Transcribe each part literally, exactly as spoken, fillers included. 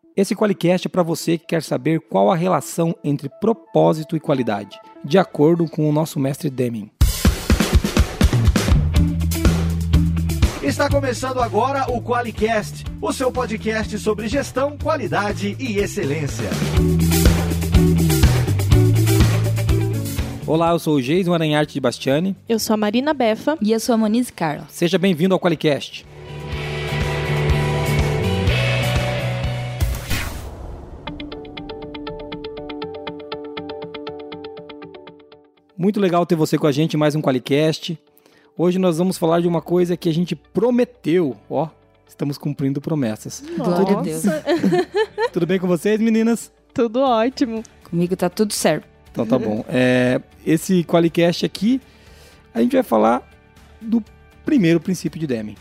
Esse QualiCast é para você que quer saber qual a relação entre propósito e qualidade, de acordo com o nosso mestre Deming. Está começando agora o QualiCast, o seu podcast sobre gestão, qualidade e excelência. Olá, eu sou o Geison Aranharte de Bastiani. Eu sou a Marina Befa. E eu sou a Monize Carla. Seja bem-vindo ao QualiCast. Muito legal ter você com a gente em mais um QualiCast. Hoje nós vamos falar de uma coisa que a gente prometeu. Ó, estamos cumprindo promessas. Glória a Deus. Tudo bem com vocês, meninas? Tudo ótimo. Comigo tá tudo certo. Então tá bom. É, esse QualiCast aqui, a gente vai falar do primeiro princípio de Deming.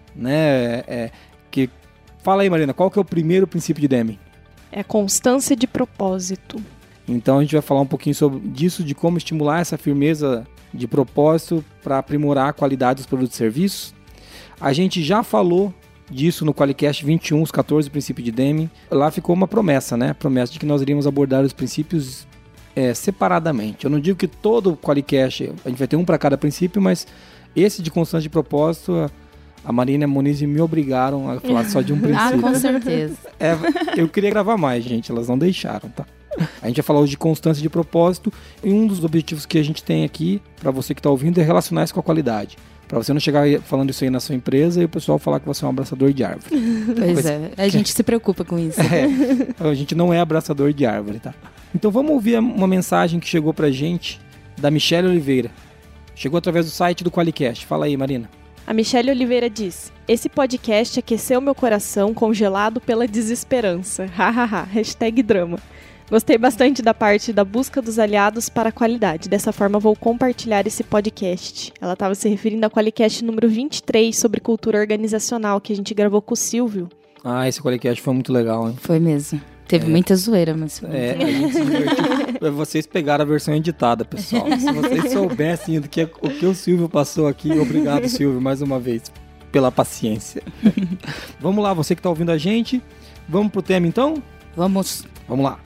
Né? É, que, fala aí, Marina, qual que é o primeiro princípio de Deming? É a constância de propósito. Então a gente vai falar um pouquinho sobre disso, de como estimular essa firmeza de propósito para aprimorar a qualidade dos produtos e serviços. A gente já falou disso no QualiCast vinte e um, os catorze princípios de Deming. Lá ficou uma promessa, né? A promessa de que nós iríamos abordar os princípios é, separadamente. Eu não digo que todo o QualiCast, a gente vai ter um para cada princípio, mas esse de constância de propósito, a Marina e a Monize me obrigaram a falar só de um princípio. Ah, com certeza. É, eu queria gravar mais, gente, elas não deixaram, tá? A gente vai falar hoje de constância de propósito, e um dos objetivos que a gente tem aqui, para você que está ouvindo, é relacionar isso com a qualidade. Para você não chegar falando isso aí na sua empresa e o pessoal falar que você é um abraçador de árvore. Pois Coisa... é, a gente se preocupa com isso. É, a gente não é abraçador de árvore, tá? Então vamos ouvir uma mensagem que chegou pra gente da Michelle Oliveira. Chegou através do site do QualiCast. Fala aí, Marina. A Michelle Oliveira diz: esse podcast aqueceu meu coração congelado pela desesperança. Hahaha, hashtag drama. Gostei bastante da parte da busca dos aliados para a qualidade. Dessa forma, vou compartilhar esse podcast. Ela estava se referindo ao QualiCast número vinte e três, sobre cultura organizacional, que a gente gravou com o Silvio. Ah, esse QualiCast foi muito legal, hein? Foi mesmo. Teve é. muita zoeira, mas... Foi é, a gente se divertiu. Vocês pegaram a versão editada, pessoal. Se vocês soubessem do que, o que o Silvio passou aqui, obrigado, Silvio, mais uma vez, pela paciência. Vamos lá, você que está ouvindo a gente. Vamos pro tema, então? Vamos. Vamos lá.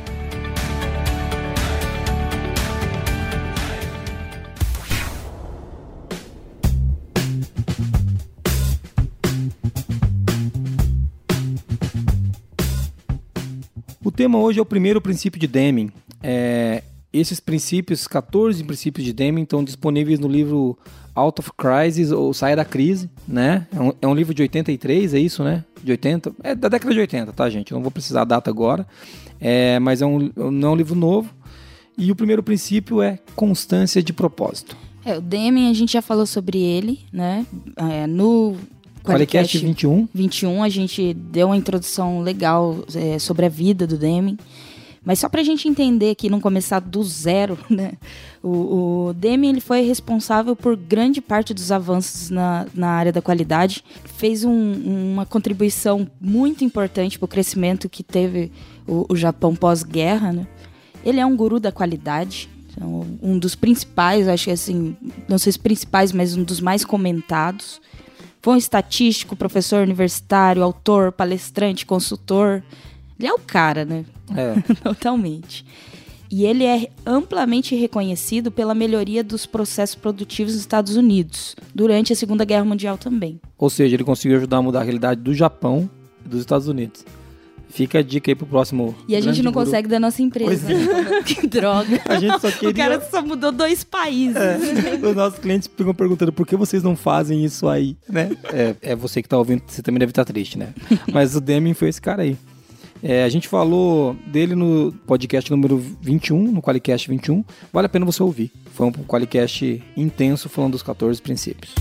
O tema hoje é o primeiro princípio de Deming. É, esses princípios, catorze princípios de Deming, estão disponíveis no livro Out of Crisis, ou Saia da Crise, né? É um, é um livro de oitenta e três, é isso, né? De oitenta? É da década de oitenta, tá, gente? Eu não vou precisar a data agora, é, mas é um, não é um livro novo. E o primeiro princípio é constância de propósito. É, o Deming, a gente já falou sobre ele, né? É, no... QualiCast vinte e um. vinte e um, a gente deu uma introdução legal é, sobre a vida do Deming. Mas só para a gente entender que não começar do zero, né? O, o Deming ele foi responsável por grande parte dos avanços na, na área da qualidade. Fez um, uma contribuição muito importante para o crescimento que teve o, o Japão pós-guerra, né? Ele é um guru da qualidade. Então, um dos principais, acho que assim, não sei se principais, mas um dos mais comentados. Foi um estatístico, professor universitário, autor, palestrante, consultor. Ele é o cara, né? É. Totalmente. E ele é amplamente reconhecido pela melhoria dos processos produtivos nos Estados Unidos, durante a Segunda Guerra Mundial também. Ou seja, ele conseguiu ajudar a mudar a realidade do Japão e dos Estados Unidos. Fica a dica aí pro próximo. E a gente não guru. consegue da nossa empresa. É. Que droga. A gente só queria... O cara só mudou dois países. É. Os nossos clientes ficam perguntando por que vocês não fazem isso aí, né? É, é você que tá ouvindo, você também deve estar triste, né? Mas o Deming foi esse cara aí. É, a gente falou dele no podcast número vinte e um, no QualiCast vinte e um. Vale a pena você ouvir. Foi um QualiCast intenso falando dos catorze princípios.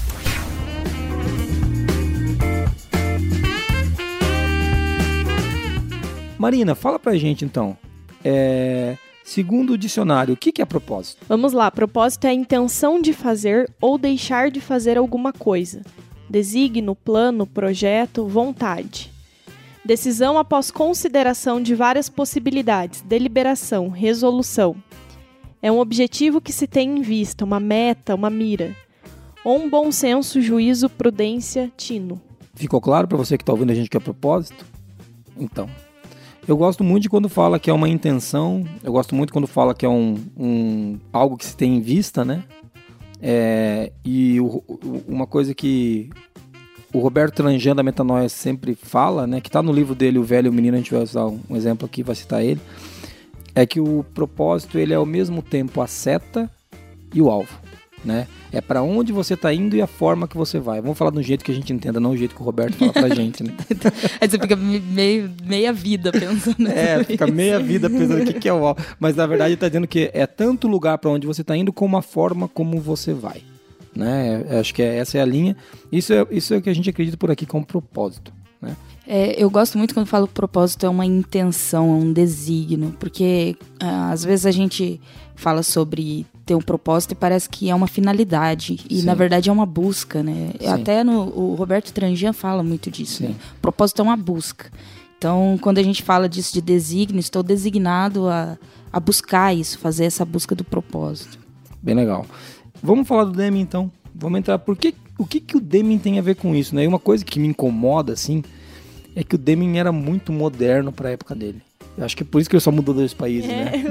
Marina, fala pra gente então, é, segundo o dicionário, o que, que é propósito? Vamos lá, propósito é a intenção de fazer ou deixar de fazer alguma coisa. Designo, plano, projeto, vontade. Decisão após consideração de várias possibilidades, deliberação, resolução. É um objetivo que se tem em vista, uma meta, uma mira. Ou um bom senso, juízo, prudência, tino. Ficou claro pra você que tá ouvindo a gente que é propósito? Então... Eu gosto muito de quando fala que é uma intenção, eu gosto muito quando fala que é um, um algo que se tem em vista, né? É, e o, uma coisa que o Roberto Tranjan da Metanoia sempre fala, né? Que está no livro dele, O Velho e o Menino, a gente vai usar um, um exemplo aqui, vai citar ele, é que o propósito ele é ao mesmo tempo a seta e o alvo, né? É para onde você está indo e a forma que você vai. Vamos falar de um jeito que a gente entenda, não o jeito que o Roberto fala pra gente, né? Aí você fica meio, meia vida pensando. É, fica isso. meia vida pensando o que, que é o alvo. Mas na verdade ele está dizendo que é tanto o lugar para onde você está indo como a forma como você vai, né? Eu acho que é, essa é a linha. Isso é, isso é o que a gente acredita por aqui como propósito, né? É, eu gosto muito quando falo propósito é uma intenção, é um desígnio, porque ah, às vezes a gente fala sobre ter um propósito e parece que é uma finalidade, e Sim. na verdade é uma busca, né? Sim. Até no, o Roberto Tranjan fala muito disso, né? Propósito é uma busca. Então, quando a gente fala disso de desígnio, estou designado a, a buscar isso, fazer essa busca do propósito. Bem legal. Vamos falar do Deming, então. Vamos entrar. Por que, o que, que o Deming tem a ver com isso, né? E uma coisa que me incomoda, assim, é que o Deming era muito moderno para a época dele. Eu acho que é por isso que ele só mudou dois países, é. né?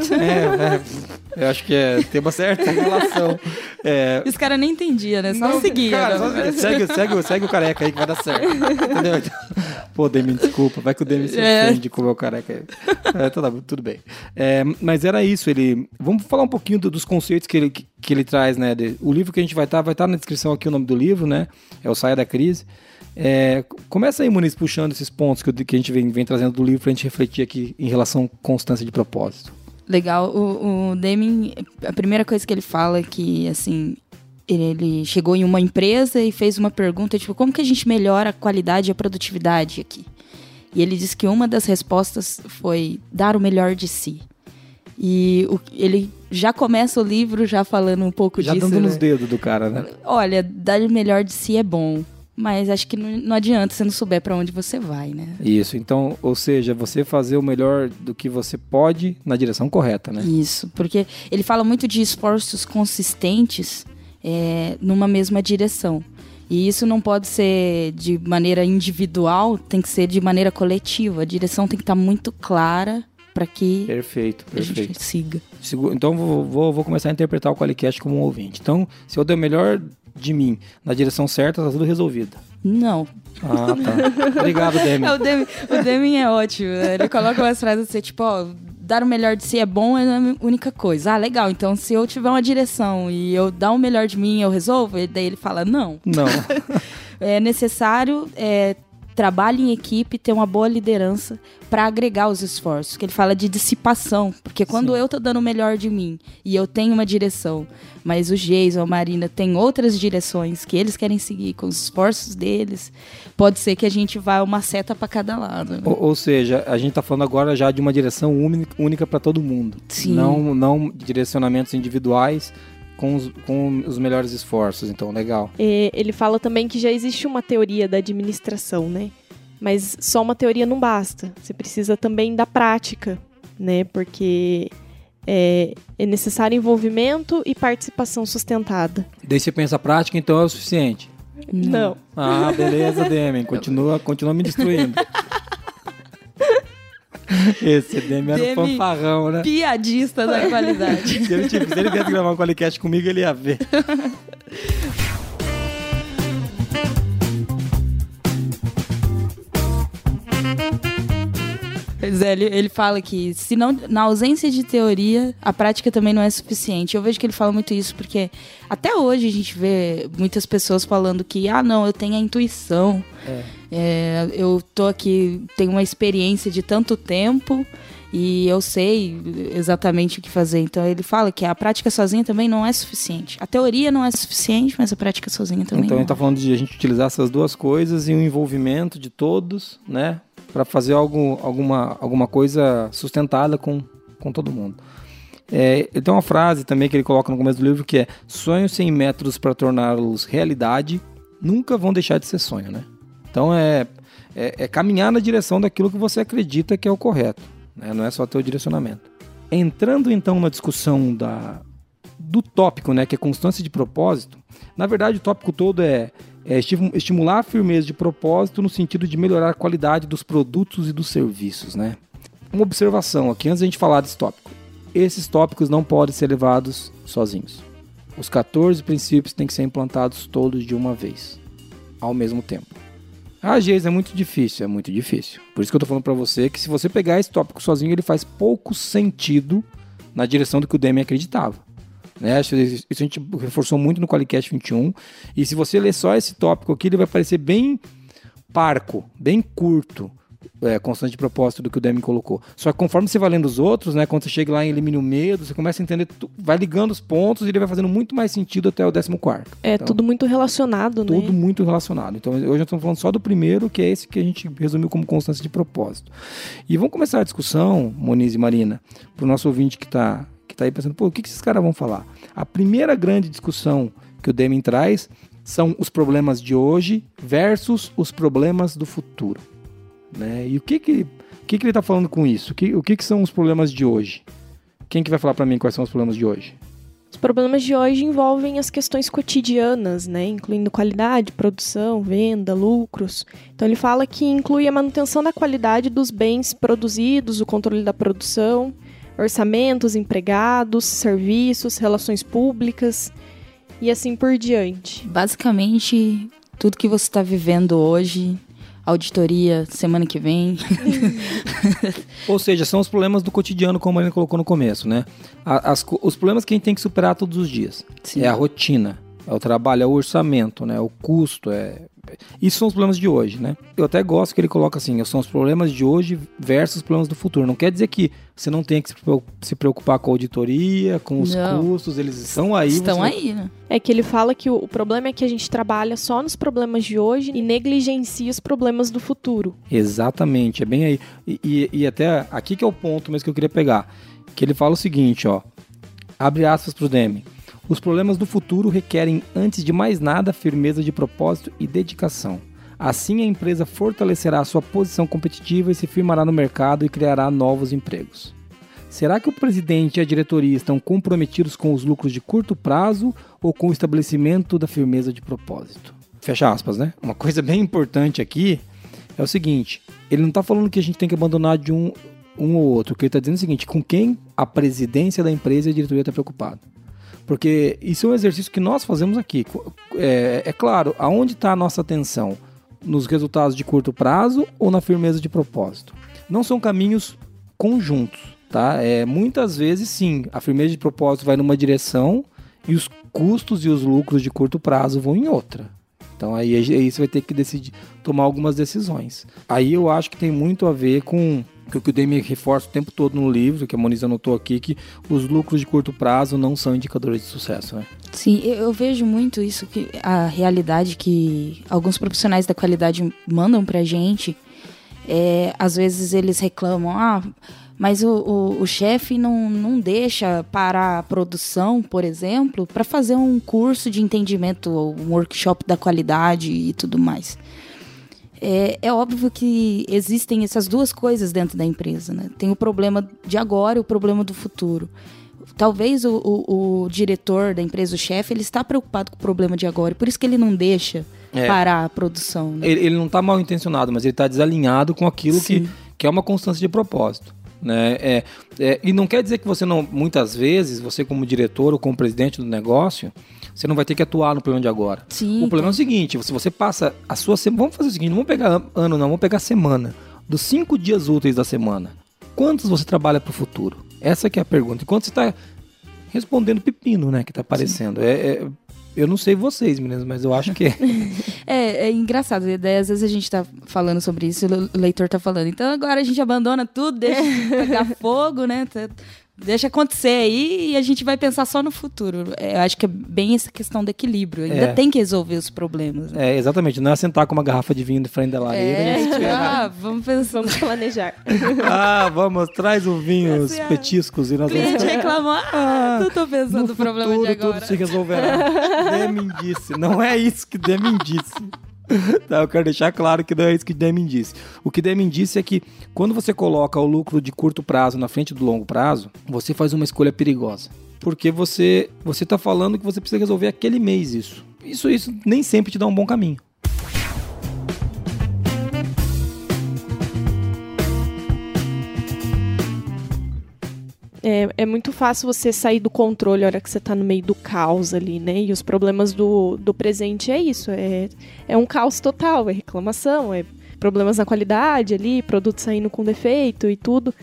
É, é, eu acho que é, tem uma certa relação. É... Esse cara nem entendia, né? Só não, seguia. Cara, só segue, segue, segue o careca aí que vai dar certo. Entendeu? Pô, Deming, desculpa. Vai que o Deming se ofende com o meu careca aí. É, tá, tudo bem. É, mas era isso. Ele... Vamos falar um pouquinho do, dos conceitos que ele, que, que ele traz, né? De, o livro que a gente vai estar, vai estar na descrição aqui o nome do livro, né? É o Saia da Crise. É, começa aí, Muniz, puxando esses pontos que, que a gente vem, vem trazendo do livro pra gente refletir aqui em relação à constância de propósito. Legal. O, o Deming, a primeira coisa que ele fala é que, assim, ele, ele chegou em uma empresa e fez uma pergunta, tipo, como que a gente melhora a qualidade e a produtividade aqui? E ele disse que uma das respostas foi dar o melhor de si. E o, ele já começa o livro já falando um pouco já disso. Já dando né? nos dedos do cara, né? Olha, dar o melhor de si é bom. Mas acho que não, não adianta se não souber para onde você vai, né? Isso, então, ou seja, você fazer o melhor do que você pode na direção correta, né? Isso, porque ele fala muito de esforços consistentes é, numa mesma direção. E isso não pode ser de maneira individual, tem que ser de maneira coletiva. A direção tem que estar muito clara para que perfeito, perfeito. a gente siga. Então, vou, vou, vou começar a interpretar o Qualicast como um ouvinte. Então, se eu der o melhor de mim na direção certa, tá tudo resolvido. Não. Ah, tá. Obrigado, Deming. É, o Deming. O Deming é ótimo. Né? Ele coloca umas frases assim, tipo, ó, dar o melhor de si é bom, é a única coisa. Ah, legal, então se eu tiver uma direção e eu dar o melhor de mim, eu resolvo? E daí ele fala, não. Não. É necessário é, trabalho em equipe, ter uma boa liderança para agregar os esforços. Que ele fala de dissipação, porque quando Sim. eu tô dando o melhor de mim e eu tenho uma direção, mas o Geison, a Marina tem outras direções que eles querem seguir com os esforços deles, pode ser que a gente vá uma seta para cada lado. Né? Ou, ou seja, a gente tá falando agora já de uma direção única para todo mundo. Sim. Não, não direcionamentos individuais com os, com os melhores esforços, então, legal. É, ele fala também que já existe uma teoria da administração, né? Mas só uma teoria não basta. Você precisa também da prática, né? Porque é, é necessário envolvimento e participação sustentada. Daí você pensa, a prática, então, é o suficiente? Não. Ah, beleza, Deming. Continua, continua me destruindo. Esse Deming era um fanfarrão, né? Piadista da qualidade. se, ele, tipo, se ele viesse gravar um Qualicast comigo, ele ia ver. Pois é, ele, ele fala que se não, na ausência de teoria, a prática também não é suficiente. Eu vejo que ele fala muito isso porque até hoje a gente vê muitas pessoas falando que, ah, não, eu tenho a intuição, é. É, eu tô aqui, tenho uma experiência de tanto tempo e eu sei exatamente o que fazer. Então ele fala que a prática sozinha também não é suficiente. A teoria não é suficiente, mas a prática sozinha também então, não. Então ele tá falando de a gente utilizar essas duas coisas e o envolvimento de todos, né? Para fazer algo, alguma, alguma coisa sustentada com, com todo mundo. É, ele tem uma frase também que ele coloca no começo do livro que é: sonhos sem métodos para torná-los realidade nunca vão deixar de ser sonho, né? Então é, é, é caminhar na direção daquilo que você acredita que é o correto, né? Não é só ter o direcionamento. Entrando então na discussão da, do tópico, né, que é constância de propósito, na verdade o tópico todo é É estimular a firmeza de propósito no sentido de melhorar a qualidade dos produtos e dos serviços, né? uma observação aqui, antes da gente falar desse tópico. Esses tópicos não podem ser levados sozinhos. Os quatorze princípios têm que ser implantados todos de uma vez, ao mesmo tempo. Ah, Geis, é muito difícil, é muito difícil. Por isso que eu tô falando para você que se você pegar esse tópico sozinho, ele faz pouco sentido na direção do que o Deming acreditava. Né? Isso a gente reforçou muito no Qualicast vinte e um. E se você ler só esse tópico aqui, ele vai parecer bem parco, bem curto, é, constante de propósito do que o Deming colocou. Só que conforme você vai lendo os outros, né, quando você chega lá em Elimine o Medo, você começa a entender, vai ligando os pontos e ele vai fazendo muito mais sentido até o décimo quarto. É, então, tudo muito relacionado, né? Tudo muito relacionado. Então hoje nós estamos falando só do primeiro, que é esse que a gente resumiu como constância de propósito. E vamos começar a discussão, Moniz e Marina, para o nosso ouvinte que está que tá aí pensando, pô, o que, que esses caras vão falar? A primeira grande discussão que o Deming traz são os problemas de hoje versus os problemas do futuro. Né? E o que que, o que que ele está falando com isso? O que, o que que são os problemas de hoje? Quem que vai falar para mim quais são os problemas de hoje? Os problemas de hoje envolvem as questões cotidianas, né? Incluindo qualidade, produção, venda, lucros. Então ele fala que inclui a manutenção da qualidade dos bens produzidos, o controle da produção, orçamentos, empregados, serviços, relações públicas e assim por diante. Basicamente, tudo que você está vivendo hoje, auditoria semana que vem. Ou seja, são os problemas do cotidiano, como a Marina colocou no começo, né? As, os problemas que a gente tem que superar todos os dias. Sim. É a rotina, é o trabalho, é o orçamento, né? É o custo, é... Isso são os problemas de hoje, né? Eu até gosto que ele coloca assim, são os problemas de hoje versus os problemas do futuro. Não quer dizer que você não tenha que se preocupar com a auditoria, com os não. custos, eles estão aí. Estão você... aí, né? É que ele fala que o, o problema é que a gente trabalha só nos problemas de hoje e negligencia os problemas do futuro. Exatamente, é bem aí. E, e, e até aqui que é o ponto mesmo que eu queria pegar. Que ele fala o seguinte, ó. Abre aspas pro Deming. Os problemas do futuro requerem, antes de mais nada, firmeza de propósito e dedicação. Assim, a empresa fortalecerá sua posição competitiva e se firmará no mercado e criará novos empregos. Será que o presidente e a diretoria estão comprometidos com os lucros de curto prazo ou com o estabelecimento da firmeza de propósito? Fecha aspas, né? Uma coisa bem importante aqui é o seguinte, ele não está falando que a gente tem que abandonar de um, um ou outro, o que ele está dizendo é o seguinte, com quem a presidência da empresa e a diretoria está preocupada. Porque isso é um exercício que nós fazemos aqui. É, é claro, aonde está a nossa atenção? Nos resultados de curto prazo ou na firmeza de propósito? Não são caminhos conjuntos, tá? É, muitas vezes, sim, a firmeza de propósito vai numa direção e os custos e os lucros de curto prazo vão em outra. Então aí, aí você vai ter que decidir, tomar algumas decisões. Aí eu acho que tem muito a ver com o que o Deming reforça o tempo todo no livro, que a Moniz anotou aqui, que os lucros de curto prazo não são indicadores de sucesso, né? Sim, eu vejo muito isso, que a realidade que alguns profissionais da qualidade mandam pra gente, é, às vezes eles reclamam, ah, mas o, o, o chefe não, não deixa parar a produção, por exemplo, para fazer um curso de entendimento, um workshop da qualidade e tudo mais. É, é óbvio que existem essas duas coisas dentro da empresa, né? Tem o problema de agora e o problema do futuro. Talvez o, o, o diretor da empresa, o chefe, ele está preocupado com o problema de agora, e por isso que ele não deixa é. parar a produção. Né? Ele, ele não está mal intencionado, mas ele está desalinhado com aquilo que, que é uma constância de propósito. Né? É, é, e não quer dizer que você não, muitas vezes, você como diretor ou como presidente do negócio, você não vai ter que atuar no problema de agora. Sim, o problema tá. é o seguinte, se você passa a sua semana, vamos fazer o seguinte, não vamos pegar ano não, vamos pegar semana, dos cinco dias úteis da semana, quantos você trabalha para o futuro? Essa que é a pergunta. Enquanto você está respondendo pepino, né, que está aparecendo. É, é, eu não sei vocês, meninas, mas eu acho que... é, é engraçado, daí às vezes a gente tá falando sobre isso, o leitor tá falando, então agora a gente abandona tudo, deixa pegar fogo, né, deixa acontecer aí e a gente vai pensar só no futuro. É, eu acho que é bem essa questão do equilíbrio, ainda é. tem que resolver os problemas. Né? É, exatamente, não é sentar com uma garrafa de vinho de frente da lareira. É, e ah, vamos pensar, vamos planejar. Ah, vamos, traz o vinho, os petiscos. E nós o cliente vamos... reclamar, ah, não tô pensando no problema de agora. Tudo se resolverá. Deming disse, não é isso que Deming disse. Tá, eu quero deixar claro que não é isso que Deming disse. O que Deming disse é que quando você coloca o lucro de curto prazo na frente do longo prazo, você faz uma escolha perigosa. Porque você você está falando que você precisa resolver aquele mês isso. Isso, isso nem sempre te dá um bom caminho. É, é muito fácil você sair do controle a hora que você está no meio do caos ali, né? E os problemas do, do presente é isso, é, é um caos total, é reclamação, é problemas na qualidade ali, produto saindo com defeito e tudo.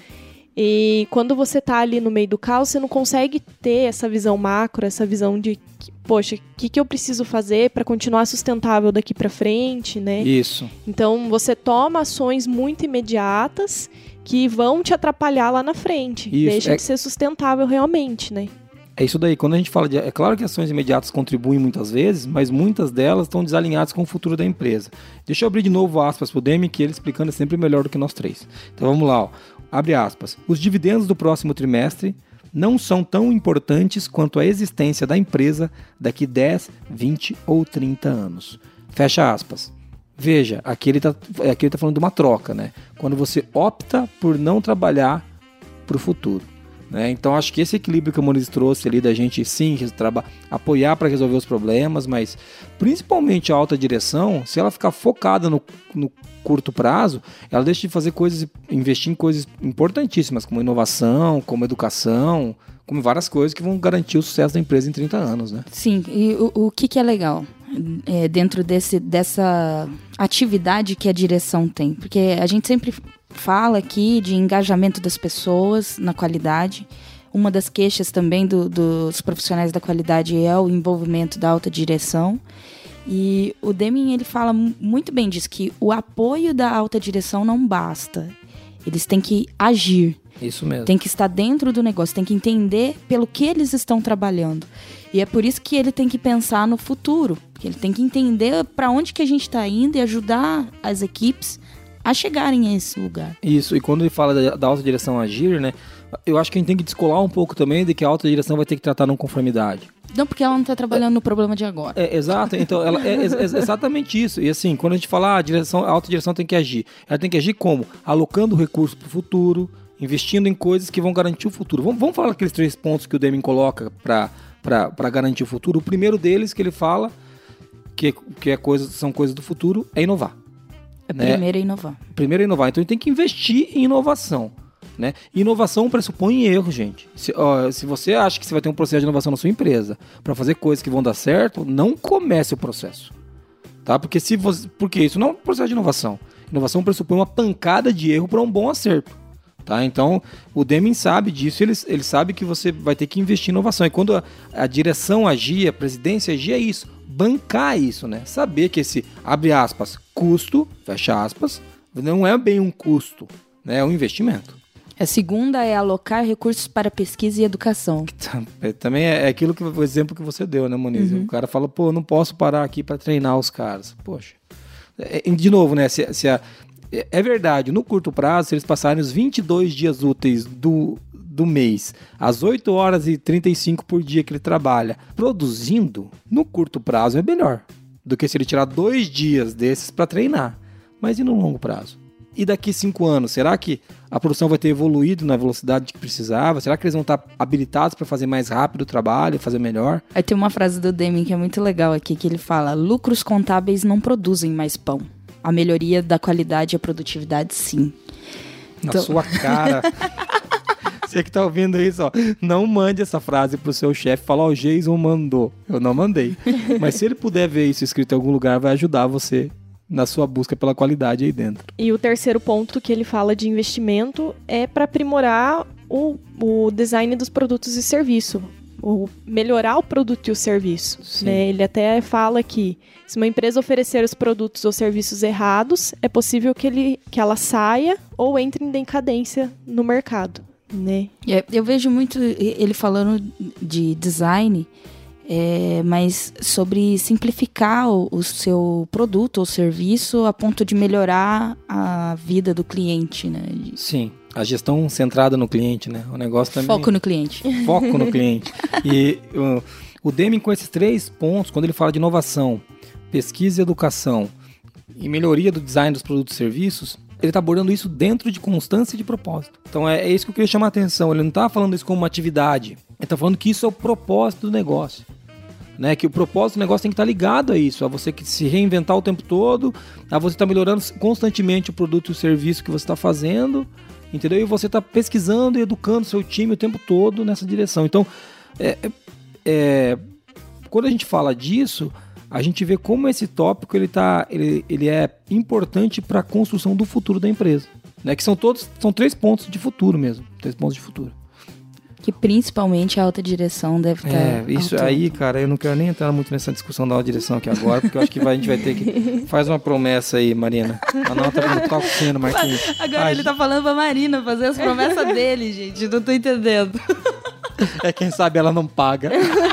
E quando você tá ali no meio do caos, você não consegue ter essa visão macro, essa visão de, que, poxa, o que, que eu preciso fazer para continuar sustentável daqui para frente, né? Isso. Então, você toma ações muito imediatas que vão te atrapalhar lá na frente. Isso, Deixa é... de ser sustentável realmente, né? É isso daí. Quando a gente fala de... É claro que ações imediatas contribuem muitas vezes, mas muitas delas estão desalinhadas com o futuro da empresa. Deixa eu abrir de novo aspas pro Demi, que ele explicando é sempre melhor do que nós três. Então, vamos lá, ó. Abre aspas. Os dividendos do próximo trimestre não são tão importantes quanto a existência da empresa daqui dez, vinte ou trinta anos. Fecha aspas. Veja, aqui ele está aqui ele tá falando de uma troca, né? Quando você opta por não trabalhar para o futuro. Né? Então acho que esse equilíbrio que o Moniz trouxe ali da gente sim traba- apoiar para resolver os problemas, mas principalmente a alta direção, se ela ficar focada no, no curto prazo, ela deixa de fazer coisas, investir em coisas importantíssimas, como inovação, como educação, como várias coisas que vão garantir o sucesso da empresa em trinta anos. Né? Sim, e o, o que, que é legal é, dentro desse, dessa atividade que a direção tem? Porque a gente sempre fala aqui de engajamento das pessoas na qualidade. Uma das queixas também do, dos profissionais da qualidade é o envolvimento da alta direção. E o Deming, ele fala muito bem disso, que o apoio da alta direção não basta. Eles têm que agir. Isso mesmo. Tem que estar dentro do negócio, tem que entender pelo que eles estão trabalhando. E é por isso que ele tem que pensar no futuro. Porque ele tem que entender para onde que a gente está indo e ajudar as equipes a chegarem a esse lugar. Isso, e quando ele fala da, da alta direção agir, né, eu acho que a gente tem que descolar um pouco também de que a alta direção vai ter que tratar não conformidade. Não, porque ela não está trabalhando é, no problema de agora. É, exato, então ela, é, é, é exatamente isso. E assim, quando a gente fala ah, a, direção, a alta direção tem que agir, ela tem que agir como? Alocando recursos para o futuro, investindo em coisas que vão garantir o futuro. Vamos, vamos falar aqueles três pontos que o Deming coloca para garantir o futuro. O primeiro deles que ele fala, que, que é coisa, são coisas do futuro, é inovar. Né? Primeiro é inovar. Primeiro é inovar. Então a gente tem que investir em inovação. Né? Inovação pressupõe erro, gente. Se, ó, se você acha que você vai ter um processo de inovação na sua empresa para fazer coisas que vão dar certo, não comece o processo. Tá? Porque, se você, porque isso não é um processo de inovação. Inovação pressupõe uma pancada de erro para um bom acerto. Tá? Então, o Deming sabe disso, ele, ele sabe que você vai ter que investir em inovação. E quando a, a direção agir, a presidência agir, é isso. Bancar isso, né? Saber que esse, abre aspas, custo, fecha aspas, não é bem um custo, né? É um investimento. A segunda é alocar recursos para pesquisa e educação. Também é aquilo que o exemplo que você deu, né, Moniz? Uhum. O cara fala, pô, não posso parar aqui para treinar os caras. Poxa. De novo, né? Se, se a, é verdade, no curto prazo, se eles passarem os vinte e dois dias úteis do, do mês, às oito horas e trinta e cinco por dia que ele trabalha, produzindo, no curto prazo é melhor do que se ele tirar dois dias desses para treinar. Mas e no longo prazo? E daqui cinco anos, será que a produção vai ter evoluído na velocidade que precisava? Será que eles vão estar habilitados para fazer mais rápido o trabalho, fazer melhor? Aí tem uma frase do Deming que é muito legal aqui, que ele fala: lucros contábeis não produzem mais pão. A melhoria da qualidade e a produtividade, sim. Na então... sua cara. Você que tá ouvindo isso, ó, não mande essa frase pro seu chefe, falar, ó, o Jason mandou. Eu não mandei. Mas se ele puder ver isso escrito em algum lugar, vai ajudar você na sua busca pela qualidade aí dentro. E o terceiro ponto que ele fala de investimento é para aprimorar o, o design dos produtos e serviços. O melhorar o produto e o serviço. Né? Ele até fala que se uma empresa oferecer os produtos ou serviços errados, é possível que, ele, que ela saia ou entre em decadência no mercado. Né? Eu vejo muito ele falando de design, é, mas sobre simplificar o, o seu produto ou serviço a ponto de melhorar a vida do cliente. Né? Sim. A gestão centrada no cliente, né? O negócio também... Foco no cliente. Foco no cliente. E o, o Deming, com esses três pontos, quando ele fala de inovação, pesquisa e educação e melhoria do design dos produtos e serviços, ele está abordando isso dentro de constância e de propósito. Então é, é isso que eu queria chamar a atenção. Ele não está falando isso como uma atividade. Ele está falando que isso é o propósito do negócio. Né? Que o propósito do negócio tem que estar ligado a isso. A você que se reinventar o tempo todo, a você estar melhorando constantemente o produto e o serviço que você está fazendo. entendeu? E você está pesquisando e educando seu time o tempo todo nessa direção. Então, é, é, quando a gente fala disso, a gente vê como esse tópico ele tá, ele, ele é importante para a construção do futuro da empresa, né? Que são todos, são três pontos de futuro mesmo, três pontos de futuro. Que principalmente a alta direção deve estar... É, isso atuando. Aí, cara, eu não quero nem entrar muito nessa discussão da alta direção aqui agora, porque eu acho que vai, a gente vai ter que... Faz uma promessa aí, Marina. Anota pra tocar o sino, Marquinhos. Agora Ai, ele tá falando pra Marina fazer as promessas dele, gente. Não tô entendendo. É, quem sabe ela não paga.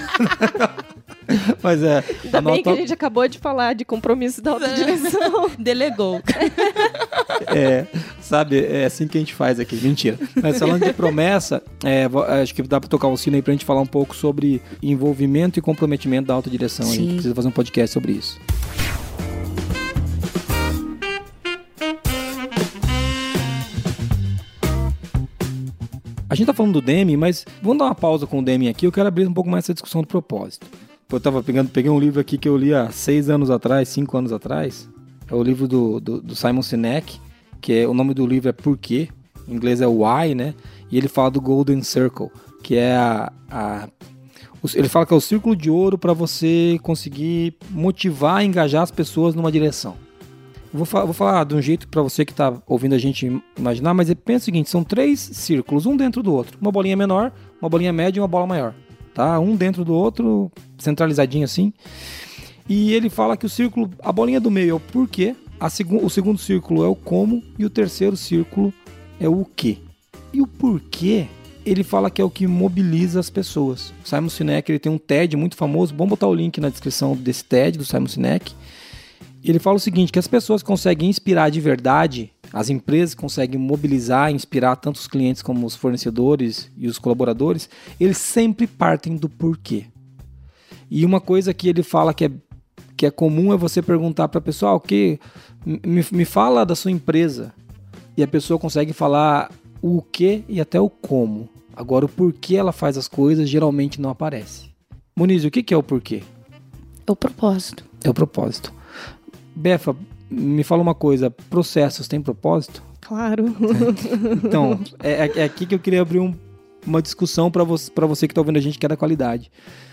Mas é... Ainda anota... bem que a gente acabou de falar de compromisso da alta direção. Delegou. É, sabe, é assim que a gente faz aqui. Mentira. Mas falando de promessa, é, acho que dá pra tocar um sino aí pra gente falar um pouco sobre envolvimento e comprometimento da alta direção. Sim. A gente precisa fazer um podcast sobre isso. A gente tá falando do Deming, mas vamos dar uma pausa com o Deming aqui. Eu quero abrir um pouco mais essa discussão do propósito. Eu tava pegando, peguei um livro aqui que eu li há seis anos atrás, cinco anos atrás. É o livro do, do, do Simon Sinek, que é, o nome do livro é Por Quê? Em inglês é Why, né? E ele fala do Golden Circle, que é a... a ele fala que é o círculo de ouro para você conseguir motivar e engajar as pessoas numa direção. Vou, fa- vou falar de um jeito para você que está ouvindo a gente imaginar, mas pensa o seguinte, são três círculos, um dentro do outro. Uma bolinha menor, uma bolinha média e uma bola maior. Tá? Um dentro do outro, centralizadinho assim. E ele fala que o círculo, a bolinha do meio é o porquê, a seg- o segundo círculo é o como e o terceiro círculo é o quê. E o porquê, ele fala que é o que mobiliza as pessoas. O Simon Sinek, ele tem um TED muito famoso, vamos botar o link na descrição desse TED do Simon Sinek. Ele fala o seguinte, que as pessoas conseguem inspirar de verdade, as empresas conseguem mobilizar, inspirar tanto os clientes como os fornecedores e os colaboradores, eles sempre partem do porquê. E uma coisa que ele fala que é, que é comum é você perguntar para a pessoa, ah, o que, me, me fala da sua empresa. E a pessoa consegue falar o que e até o como. Agora, o porquê ela faz as coisas geralmente não aparece. Muniz, o que, que é o porquê? É o propósito. É o propósito. Befa, me fala uma coisa, processos têm propósito? Claro. É. Então, é, é aqui que eu queria abrir um, uma discussão para você, para você que está ouvindo a gente, que é da qualidade.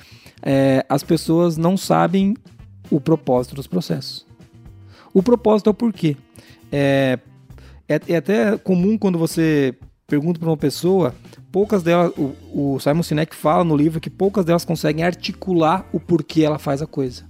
É, as pessoas não sabem o propósito dos processos. O propósito é o porquê. É, é, é até comum quando você pergunta para uma pessoa, poucas delas, o, o Simon Sinek fala no livro que poucas delas conseguem articular o porquê ela faz a coisa.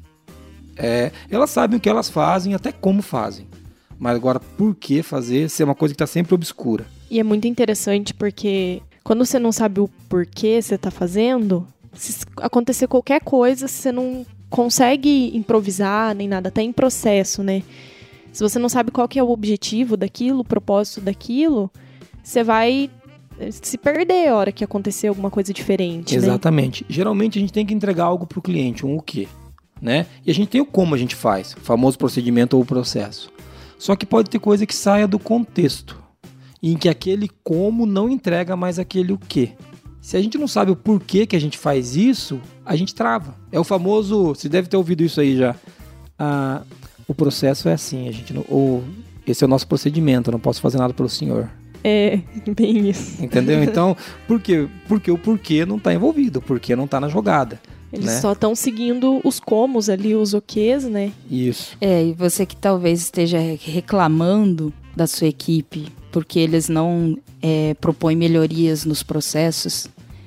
É, elas sabem o que elas fazem, até como fazem. Mas agora, por que fazer, ser uma coisa que está sempre obscura. E é muito interessante porque quando você não sabe o porquê você está fazendo, se acontecer qualquer coisa, você não consegue improvisar nem nada, tá em processo, né? Se você não sabe qual que é o objetivo daquilo, o propósito daquilo, você vai se perder a hora que acontecer alguma coisa diferente. Exatamente. Né? Geralmente a gente tem que entregar algo para o cliente, um o quê? Né? E a gente tem o como a gente faz, o famoso procedimento ou processo. Só que pode ter coisa que saia do contexto, em que aquele como não entrega mais aquele o quê. Se a gente não sabe o porquê que a gente faz isso, a gente trava. É o famoso, você deve ter ouvido isso aí já, ah, o processo é assim, a gente não, ou esse é o nosso procedimento, eu não posso fazer nada pelo senhor. É, bem isso. Entendeu? Então, por quê? Porque o porquê não está envolvido, o porquê não está na jogada. Eles né? só estão seguindo os comos ali, os oquês, né? Isso. É, e você que talvez esteja reclamando da sua equipe porque eles não é, propõem melhorias nos processos,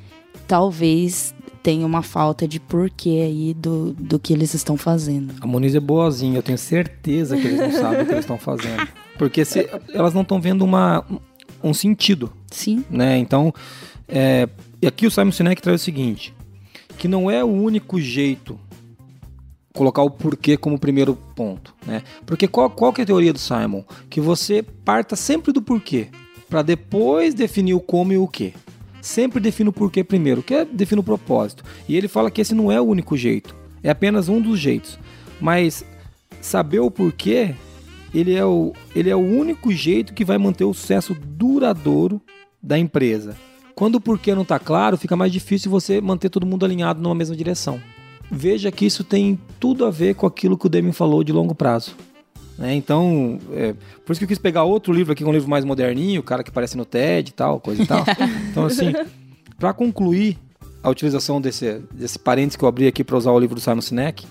talvez tenha uma falta de porquê aí do, do que eles estão fazendo. A Muniz é boazinha, eu tenho certeza que eles não sabem o que eles estão fazendo. Porque se, elas não estão vendo uma, um sentido. Sim. Né? Então, é, e aqui o Simon Sinek traz o seguinte, que não é o único jeito colocar o porquê como primeiro ponto, né? Porque qual, qual que é a teoria do Simon? Que você parta sempre do porquê, para depois definir o como e o quê. Sempre define o porquê primeiro, que é define o propósito. E ele fala que esse não é o único jeito, é apenas um dos jeitos. Mas saber o porquê, ele é o, ele é o único jeito que vai manter o sucesso duradouro da empresa. Quando o porquê não está claro, fica mais difícil você manter todo mundo alinhado numa mesma direção. Veja que isso tem tudo a ver com aquilo que o Deming falou de longo prazo. Né? Então, é, por isso que eu quis pegar outro livro aqui, um livro mais moderninho, o cara que aparece no TED e tal, coisa e tal. Então, assim, para concluir a utilização desse, desse parênteses que eu abri aqui para usar o livro do Simon Sinek,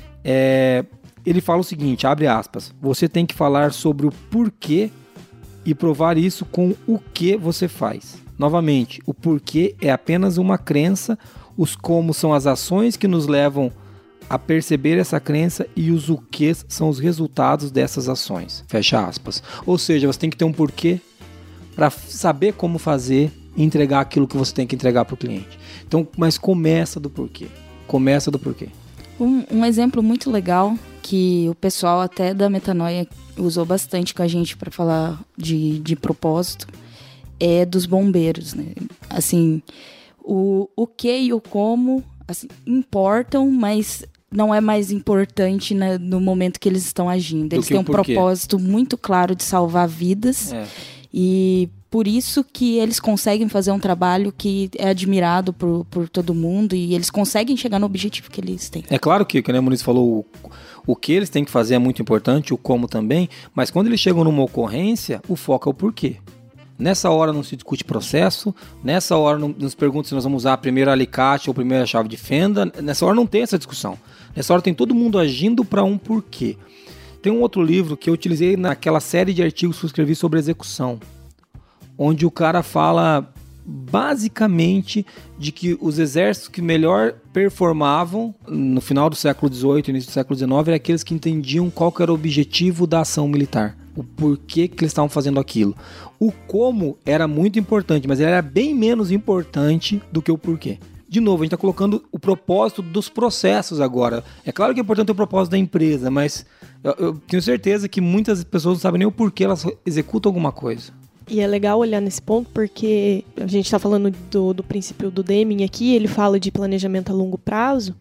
é, ele fala o seguinte, abre aspas, você tem que falar sobre o porquê e provar isso com o que você faz. Novamente, o porquê é apenas uma crença, os como são as ações que nos levam a perceber essa crença e os o que são os resultados dessas ações. Fecha aspas. Ou seja, você tem que ter um porquê para saber como fazer e entregar aquilo que você tem que entregar para o cliente. Então, mas começa do porquê. Começa do porquê. Um, um exemplo muito legal que o pessoal até da Metanoia usou bastante com a gente para falar de, de propósito é dos bombeiros, né? Assim, o, o que e o como assim, importam, mas não é mais importante, né, no momento que eles estão agindo. Eles têm um propósito muito claro de salvar vidas. É. E por isso que eles conseguem fazer um trabalho que é admirado por, por todo mundo e eles conseguem chegar no objetivo que eles têm. É claro que, como a Muniz falou, o, o que eles têm que fazer é muito importante, o como também, mas quando eles chegam numa ocorrência, o foco é o porquê. Nessa hora não se discute processo, nessa hora não nos pergunta se nós vamos usar primeiro alicate ou primeiro a chave de fenda, nessa hora não tem essa discussão. Nessa hora tem todo mundo agindo para um porquê. Tem um outro livro que eu utilizei naquela série de artigos que eu escrevi sobre execução, onde o cara fala basicamente de que os exércitos que melhor performavam no final do século dezoito, início do século dezenove, eram aqueles que entendiam qual que era o objetivo da ação militar. O porquê que eles estavam fazendo aquilo. O como era muito importante, mas ele era bem menos importante do que o porquê. De novo, a gente está colocando o propósito dos processos agora. É claro que é importante o propósito da empresa, mas eu, eu tenho certeza que muitas pessoas não sabem nem o porquê elas executam alguma coisa. E é legal olhar nesse ponto porque a gente está falando do, do princípio do Deming aqui, ele fala de planejamento a longo prazo,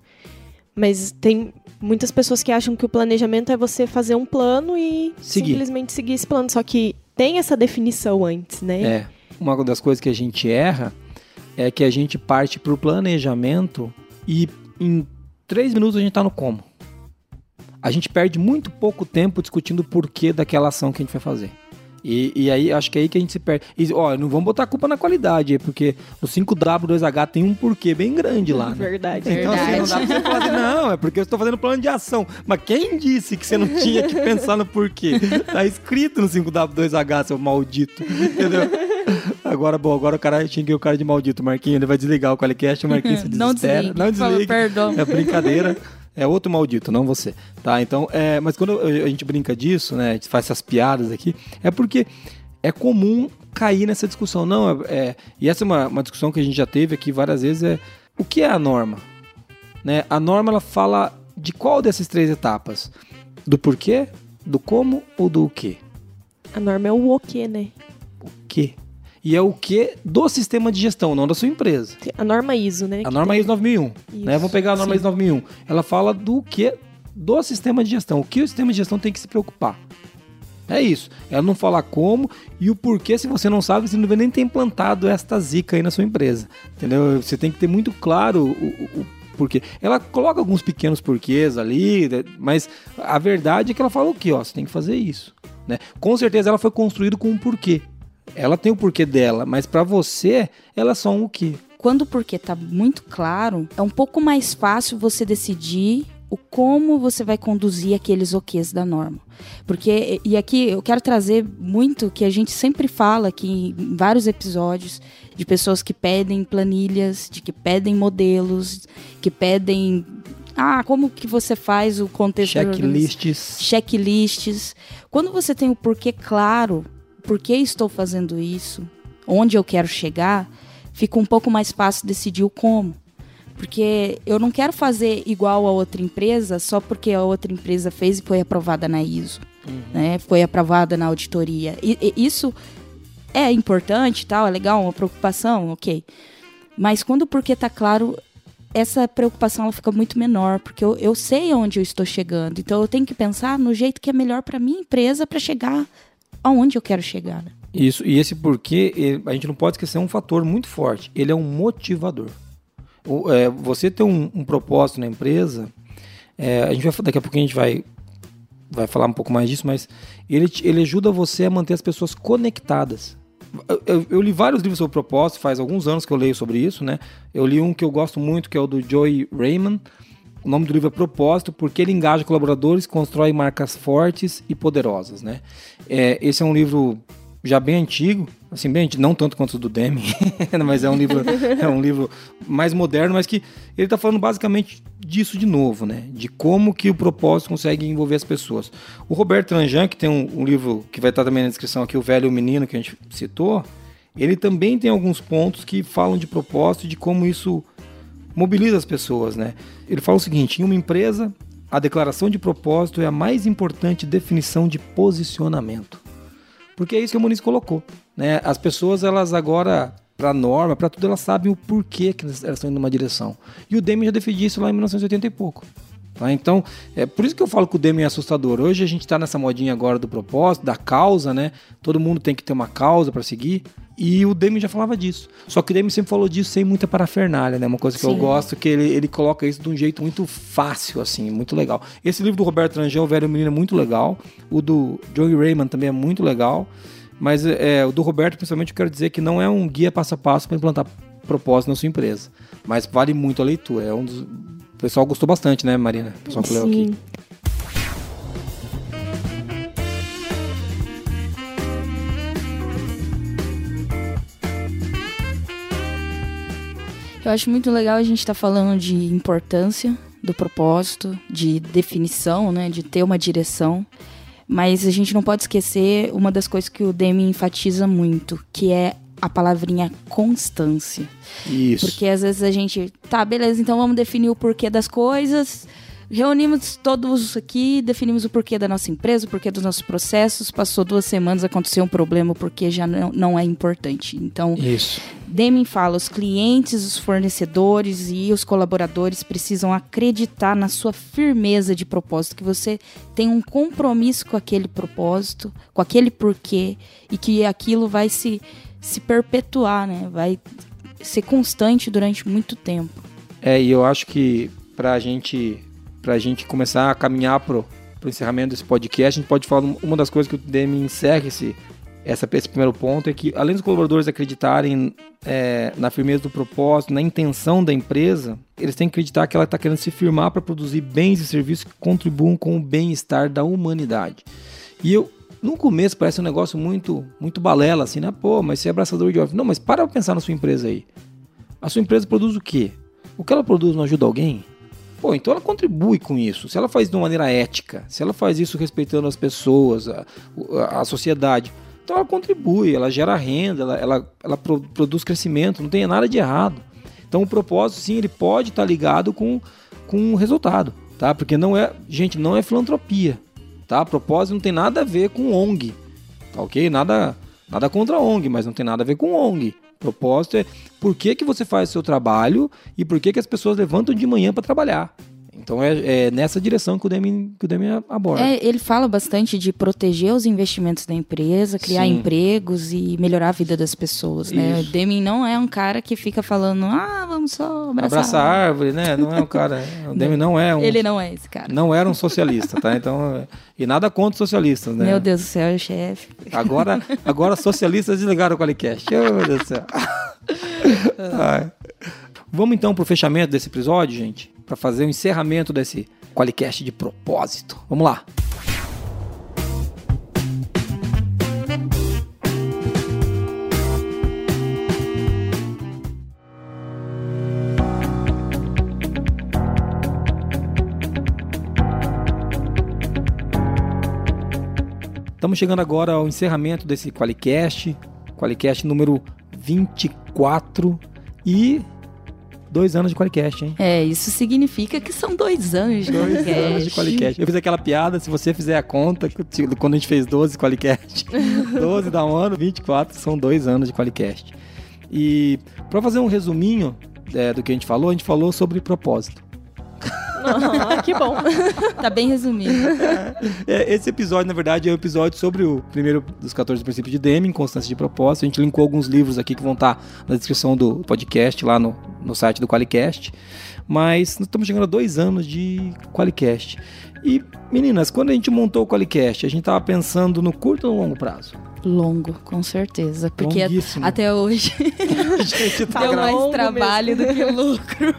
mas tem muitas pessoas que acham que o planejamento é você fazer um plano e seguir. simplesmente seguir esse plano, só que tem essa definição antes, né? É, uma das coisas que a gente erra é que a gente parte para o planejamento e em três minutos a gente está no como. A gente perde muito pouco tempo discutindo o porquê daquela ação que a gente vai fazer. E, e aí, acho que é aí que a gente se perde. E, ó, não vamos botar a culpa na qualidade, porque no cinco W dois H tem um porquê bem grande lá, né? Verdade, então, verdade. Assim, não dá pra você falar assim, não, é porque eu estou fazendo plano de ação. Mas quem disse que você não tinha que pensar no porquê? Tá escrito no cinco W dois H, seu maldito. Entendeu? Agora, bom, agora o cara xinguei o cara de maldito, Marquinhos, ele vai desligar o Qualicast, o Marquinhos se desespera. Não desligue, não desligue. Perdão. É brincadeira. É outro maldito, não você. Tá? Então, é, mas quando a gente brinca disso, né, a gente faz essas piadas aqui, é porque é comum cair nessa discussão. Não, é, é, e essa é uma, uma discussão que a gente já teve aqui várias vezes, é o que é a norma? Né? A norma, ela fala de qual dessas três etapas? Do porquê, do como ou do o quê? A norma é o o quê, né? O quê? E é o que do sistema de gestão, não da sua empresa. A norma I S O, né? A norma I S O nove mil e um. Né? Vamos pegar a norma I S O nove mil e um. Ela fala do que do sistema de gestão. O que o sistema de gestão tem que se preocupar. É isso. Ela não fala como e o porquê, se você não sabe, você não vai nem ter implantado esta zica aí na sua empresa. Entendeu? Você tem que ter muito claro o, o, o porquê. Ela coloca alguns pequenos porquês ali, mas a verdade é que ela fala o quê? Ó, você tem que fazer isso. Né? Com certeza ela foi construída com um porquê. Ela tem o porquê dela, mas para você, ela é só um o quê? Quando o porquê tá muito claro, é um pouco mais fácil você decidir o como você vai conduzir aqueles oquês da norma. Porque, e aqui eu quero trazer muito que a gente sempre fala aqui em vários episódios de pessoas que pedem planilhas, de que pedem modelos, que pedem... Ah, como que você faz o contexto... Checklists. Checklists. Quando você tem o porquê claro, por que estou fazendo isso, onde eu quero chegar, fica um pouco mais fácil decidir o como. Porque eu não quero fazer igual a outra empresa só porque a outra empresa fez e foi aprovada na I S O, uhum. né? Foi aprovada na auditoria. E, e isso é importante, tal, é legal, uma preocupação, ok. Mas quando o porquê está claro, essa preocupação ela fica muito menor, porque eu, eu sei onde eu estou chegando. Então eu tenho que pensar no jeito que é melhor para a minha empresa para chegar aonde eu quero chegar. Né? Isso, e esse porquê, ele, a gente não pode esquecer um fator muito forte. Ele é um motivador. O, é, você ter um, um propósito na empresa, é, a gente vai, daqui a pouco a gente vai vai falar um pouco mais disso, mas ele, ele ajuda você a manter as pessoas conectadas. Eu, eu, eu li vários livros sobre propósito, faz alguns anos que eu leio sobre isso, né? Eu li um que eu gosto muito, que é o do Joey Raymond. O nome do livro é Propósito, porque ele engaja colaboradores, constrói marcas fortes e poderosas, né? É, esse é um livro já bem antigo, assim, bem antigo, não tanto quanto o do Deming, mas é um livro, é um livro mais moderno, mas que ele está falando basicamente disso de novo, né? De como que o propósito consegue envolver as pessoas. O Roberto Tranjan, que tem um, um livro que vai estar também na descrição aqui, O Velho e o Menino, que a gente citou, ele também tem alguns pontos que falam de propósito e de como isso mobiliza as pessoas, né? Ele fala o seguinte: em uma empresa, a declaração de propósito é a mais importante definição de posicionamento. Porque é isso que a Moniz colocou, né? As pessoas, elas agora, para a norma, para tudo, elas sabem o porquê que elas estão indo numa direção. E o Deming já defendia isso lá em mil novecentos e oitenta e pouco. Tá? Então, é por isso que eu falo que o Deming é assustador. Hoje a gente está nessa modinha agora do propósito, da causa, né? Todo mundo tem que ter uma causa para seguir. E o Deming já falava disso. Só que o Deming sempre falou disso sem muita parafernália, né? Uma coisa que Sim. eu gosto, que ele, ele coloca isso de um jeito muito fácil, assim, muito legal. Esse livro do Roberto Tranjan, O Velho e o Menino, é muito legal. O do Joey Raymond também é muito legal. Mas é, o do Roberto, principalmente, eu quero dizer que não é um guia passo a passo para implantar propósito na sua empresa. Mas vale muito a leitura. É um dos... O pessoal gostou bastante, né, Marina? O pessoal que leu aqui. Eu acho muito legal a gente estar tá falando de importância do propósito, de definição, né, de ter uma direção, mas a gente não pode esquecer uma das coisas que o Deming enfatiza muito, que é a palavrinha constância. Isso. Porque às vezes a gente, tá, beleza, então vamos definir o porquê das coisas, reunimos todos aqui, definimos o porquê da nossa empresa, o porquê dos nossos processos, passou duas semanas, aconteceu um problema, o porquê já não, não é importante. Então, Isso. Deming fala, os clientes, os fornecedores e os colaboradores precisam acreditar na sua firmeza de propósito, que você tem um compromisso com aquele propósito, com aquele porquê, e que aquilo vai se, se perpetuar, né? Vai ser constante durante muito tempo. É, e eu acho que pra gente... Para a gente começar a caminhar para o encerramento desse podcast, a gente pode falar uma das coisas que o Deming encerra esse, essa, esse primeiro ponto, é que além dos colaboradores acreditarem é, na firmeza do propósito, na intenção da empresa, eles têm que acreditar que ela está querendo se firmar para produzir bens e serviços que contribuam com o bem-estar da humanidade. E eu, no começo, parece um negócio muito, muito balela, assim, né? Pô, mas você é abraçador de office. Não, mas para pensar na sua empresa aí. A sua empresa produz o quê? O que ela produz não ajuda alguém? Pô, então ela contribui com isso. Se ela faz de uma maneira ética, se ela faz isso respeitando as pessoas, a, a, a sociedade, então ela contribui, ela gera renda, ela, ela, ela pro, produz crescimento, não tem nada de errado. Então o propósito, sim, ele pode estar ligado com, com o resultado, tá? Porque não é, gente, não é filantropia, tá? Propósito não tem nada a ver com O N G, tá ok? Nada, nada contra a O N G, mas não tem nada a ver com O N G. Propósito é por que, que você faz o seu trabalho e por que, que as pessoas levantam de manhã para trabalhar. Então é, é nessa direção que o Deming, que o Deming aborda. É, ele fala bastante de proteger os investimentos da empresa, criar Sim. empregos e melhorar a vida das pessoas. Né? O Deming não é um cara que fica falando, ah, vamos só abraçar. Abraçar a árvore, né? Não é um cara. O Deming não é um. Ele não é esse cara. Não era um socialista, tá? Então, e nada contra os socialistas, né? Meu Deus do céu, chefe. Agora, agora socialistas desligaram o Qualicast. Oh, meu Deus do céu. Ai. Vamos então pro fechamento desse episódio, gente, para fazer o encerramento desse Qualicast de propósito. Vamos lá. Estamos chegando agora ao encerramento desse Qualicast, Qualicast número vinte e quatro e dois anos de Qualicast, hein? É, isso significa que são dois anos de Qualicast. Dois anos de Qualicast. Eu fiz aquela piada, se você fizer a conta, quando a gente fez doze Qualicast, doze dá um ano, vinte e quatro são dois anos de Qualicast. E para fazer um resuminho é, do que a gente falou, a gente falou sobre propósito. Ah, que bom. Tá bem resumido. É, esse episódio, na verdade, é o episódio sobre o primeiro dos quatorze princípios de Deming, Constância de Propósito. A gente linkou alguns livros aqui que vão estar na descrição do podcast, lá no, no site do QualiCast. Mas nós estamos chegando a dois anos de QualiCast. E, meninas, quando a gente montou o QualiCast, a gente estava pensando no curto ou no longo prazo? Longo, com certeza. Porque Longuíssimo. até hoje A gente tá deu mais longo trabalho do que lucro.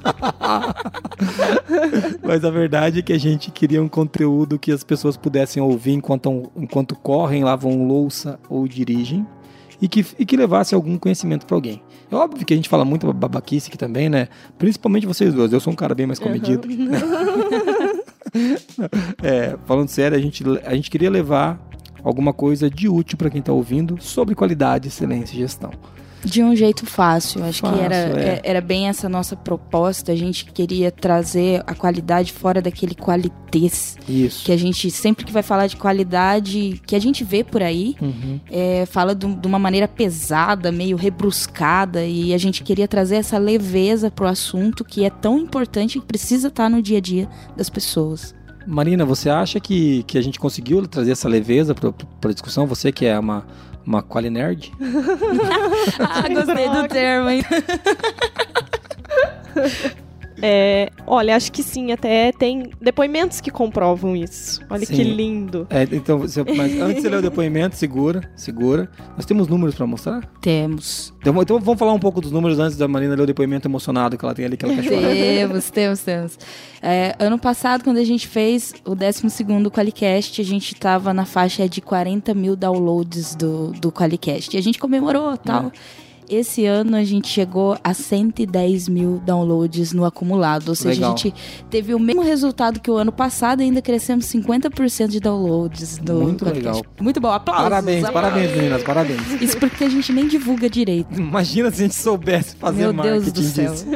Mas a verdade é que a gente queria um conteúdo que as pessoas pudessem ouvir enquanto, enquanto correm, lavam louça ou dirigem e que, e que levasse algum conhecimento para alguém. É óbvio que a gente fala muito babaquice aqui também, né? Principalmente vocês duas. Eu sou um cara bem mais comedido. Uhum. É, falando sério, a gente, a gente queria levar alguma coisa de útil para quem está ouvindo sobre qualidade, excelência e gestão. De um jeito fácil, acho Fácil, que era, é. era bem essa nossa proposta. A gente queria trazer a qualidade fora daquele qualitês. Isso. Que a gente, sempre que vai falar de qualidade, que a gente vê por aí, Uhum. é, fala de, de uma maneira pesada, meio rebruscada, e a gente queria trazer essa leveza pro assunto que é tão importante e precisa estar no dia a dia das pessoas. Marina, você acha que, que a gente conseguiu trazer essa leveza para a discussão? Você que é uma, uma quali nerd? Ah, gostei do termo, hein? É, olha, acho que sim, até tem depoimentos que comprovam isso. Olha Sim. que lindo. É, então, você, mas antes de você ler o depoimento, segura, segura. Nós temos números para mostrar? Temos. Então, então vamos falar um pouco dos números antes da Marina ler o depoimento emocionado que ela tem ali, que ela quer chorar. Temos, temos, temos. É, ano passado, quando a gente fez o décimo segundo QualiCast, a gente tava na faixa de quarenta mil downloads do, do QualiCast. E a gente comemorou e tal. É. Esse ano a gente chegou a cento e dez mil downloads no acumulado. Ou seja, Legal. a gente teve o mesmo resultado que o ano passado e ainda crescemos cinquenta por cento de downloads do Muito QualiCast. legal. Muito bom, aplausos. Parabéns, aplausos. parabéns, meninas, parabéns. Isso porque a gente nem divulga direito. Imagina se a gente soubesse fazer Meu marketing Deus do céu. disso.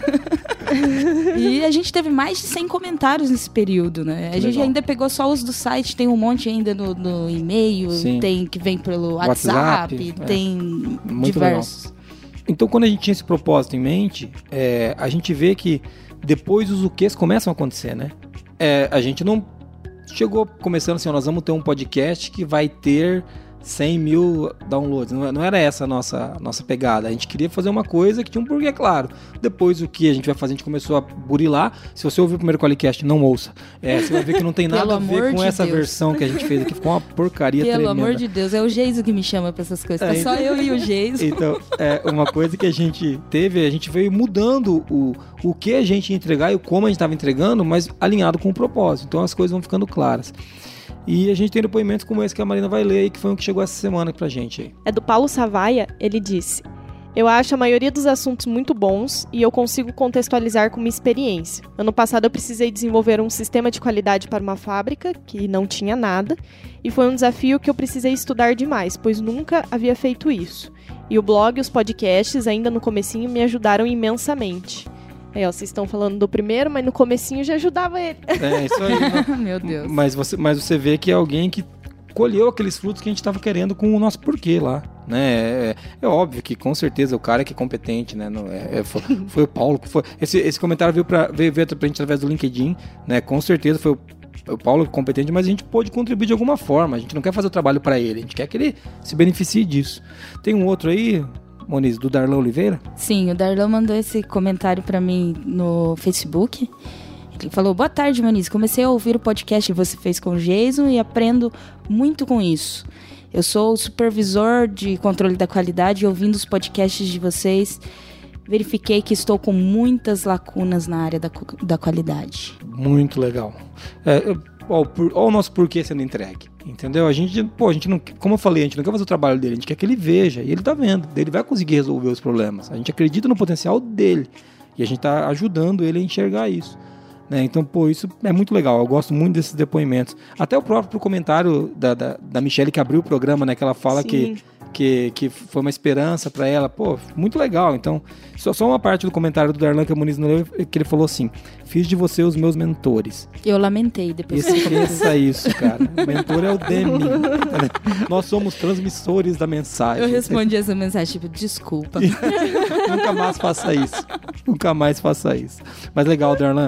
E a gente teve mais de cem comentários nesse período, né? A Que gente legal. ainda pegou só os do site, tem um monte ainda no, no e-mail, Sim. tem que vem pelo WhatsApp, WhatsApp, é. tem Muito diversos. Então, quando a gente tinha esse propósito em mente, é, a gente vê que depois os o quês começam a acontecer, né? É, a gente não chegou começando assim, ó, nós vamos ter um podcast que vai ter cem mil downloads. Não, não era essa a nossa, nossa pegada. A gente queria fazer uma coisa que tinha um porquê, claro. Depois o que a gente vai fazer, a gente começou a burilar. Se você ouvir o primeiro QualiCast, não ouça. É, você vai ver que não tem nada Pelo a ver amor com de essa Deus. versão que a gente fez aqui. Ficou uma porcaria Pelo tremenda. amor de Deus, é o Geiso que me chama pra essas coisas. É, Tá só eu e o Geiso. Então, é, uma coisa que a gente teve, a gente veio mudando o, o que a gente ia entregar e o como a gente estava entregando, mas alinhado com o propósito. Então as coisas vão ficando claras. E a gente tem depoimentos como esse que a Marina vai ler e que foi o que chegou essa semana pra gente aí. É do Paulo Savaia, ele disse: eu acho a maioria dos assuntos muito bons e eu consigo contextualizar com minha experiência. Ano passado eu precisei desenvolver um sistema de qualidade para uma fábrica que não tinha nada e foi um desafio que eu precisei estudar demais, pois nunca havia feito isso. E o blog e os podcasts ainda no comecinho me ajudaram imensamente. Aí, ó, vocês estão falando do primeiro, mas no comecinho já ajudava ele. É, isso aí. Né? Meu Deus. Mas você, mas você vê que é alguém que colheu aqueles frutos que a gente estava querendo com o nosso porquê lá, né? É, é óbvio que com certeza o cara que é competente, né? Não, é, é, foi, foi o Paulo que foi. Esse, esse comentário veio pra, veio, veio pra gente através do LinkedIn, né? Com certeza foi o, o Paulo competente, mas a gente pôde contribuir de alguma forma. A gente não quer fazer o trabalho para ele, a gente quer que ele se beneficie disso. Tem um outro aí, Moniz, do Darlan Oliveira? Sim, o Darlan mandou esse comentário pra mim no Facebook. Ele falou: boa tarde, Moniz. Comecei a ouvir o podcast que você fez com o Jason e aprendo muito com isso. Eu sou o supervisor de controle da qualidade e ouvindo os podcasts de vocês, verifiquei que estou com muitas lacunas na área da, da qualidade. Muito legal. É, ó, por, ó o nosso porquê sendo entregue, entendeu? A gente, pô, a gente não, como eu falei, a gente não quer fazer o trabalho dele, a gente quer que ele veja, e ele tá vendo, ele vai conseguir resolver os problemas. A gente acredita no potencial dele, e a gente tá ajudando ele a enxergar isso. Né? Então, pô, isso é muito legal, eu gosto muito desses depoimentos. Até o próprio comentário da, da, da Michelle que abriu o programa, né, que ela fala que, que, que foi uma esperança pra ela, pô, muito legal. Então, só, só uma parte do comentário do Darlan que a Moniz não leu, que ele falou assim: fiz de você os meus mentores. Eu lamentei depois. Esqueça isso, cara. O mentor é o Demi. Nós somos transmissores da mensagem. Eu respondi essa mensagem, tipo, desculpa. Nunca mais faça isso. Nunca mais faça isso. Mas legal, Darlan.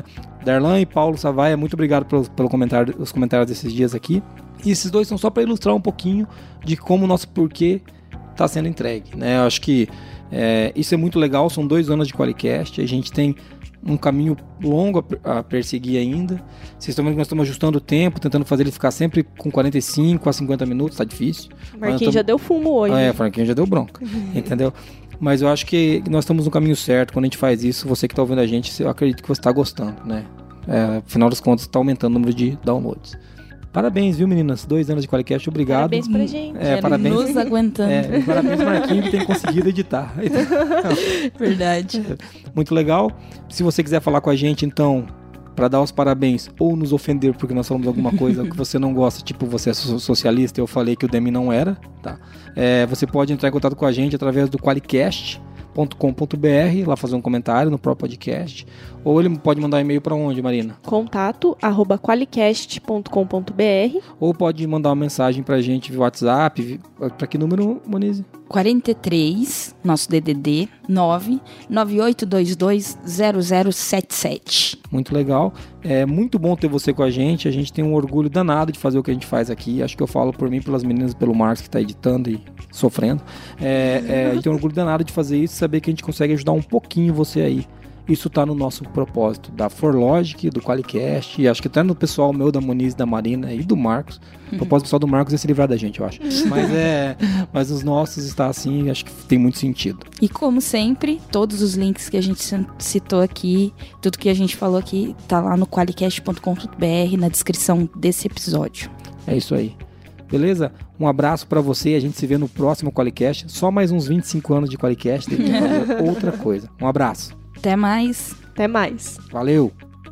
Darlan e Paulo Savaia, muito obrigado pelo, pelo comentário, os comentários desses dias aqui. E esses dois são só para ilustrar um pouquinho de como o nosso porquê está sendo entregue, né? Eu acho que é, isso é muito legal, são dois anos de QualiCast, a gente tem um caminho longo a, a perseguir ainda. Vocês estão vendo que nós estamos ajustando o tempo, tentando fazer ele ficar sempre com quarenta e cinco a cinquenta minutos, tá difícil. O Marquinhos já deu fumo hoje. É, o Marquinhos já deu bronca, entendeu? Mas eu acho que nós estamos no caminho certo. Quando a gente faz isso, você que está ouvindo a gente, eu acredito que você está gostando, né? É, afinal das contas, está aumentando o número de downloads. Parabéns, viu, meninas? Dois anos de QualiCast, obrigado. Parabéns pra gente. É, parabéns. Nos aguentando. É, parabéns, Marquinhos, que tem conseguido editar. Verdade. Muito legal. Se você quiser falar com a gente, então, para dar os parabéns ou nos ofender porque nós falamos alguma coisa que você não gosta, tipo, você é socialista, eu falei que o Demi não era, tá? É, você pode entrar em contato com a gente através do qualicast ponto com ponto b r, lá fazer um comentário no próprio podcast, ou ele pode mandar um e-mail para onde, Marina? Contato arroba qualicast ponto com ponto b r, ou pode mandar uma mensagem pra gente via WhatsApp, para que número, Monize? quarenta e três, nosso D D D, nove nove oito dois dois zero zero sete sete. Muito legal, é muito bom ter você com a gente, a gente tem um orgulho danado de fazer o que a gente faz aqui, acho que eu falo por mim, pelas meninas, pelo Marcos que está editando e sofrendo, é, é, a gente tem um orgulho danado de fazer isso, saber que a gente consegue ajudar um pouquinho você aí. Isso está no nosso propósito da ForLogic, do QualiCast, e acho que até no pessoal meu, da Moniz, da Marina e do Marcos. O propósito pessoal do Marcos é se livrar da gente, eu acho. Mas, é, mas os nossos está assim, acho que tem muito sentido. E como sempre, todos os links que a gente citou aqui, tudo que a gente falou aqui, tá lá no qualicast ponto com ponto b r, na descrição desse episódio. É isso aí. Beleza? Um abraço pra você e a gente se vê no próximo QualiCast. Só mais uns vinte e cinco anos de QualiCast, tem que fazer outra coisa. Um abraço. Até mais. Até mais. Valeu.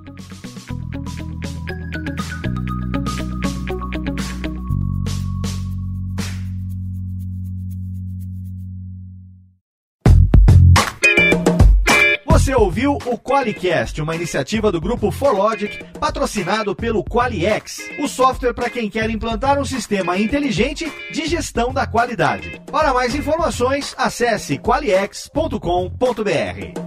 Você ouviu o QualiCast, uma iniciativa do grupo ForLogic, patrocinado pelo QualiX, o software para quem quer implantar um sistema inteligente de gestão da qualidade. Para mais informações, acesse qualix ponto com ponto b r.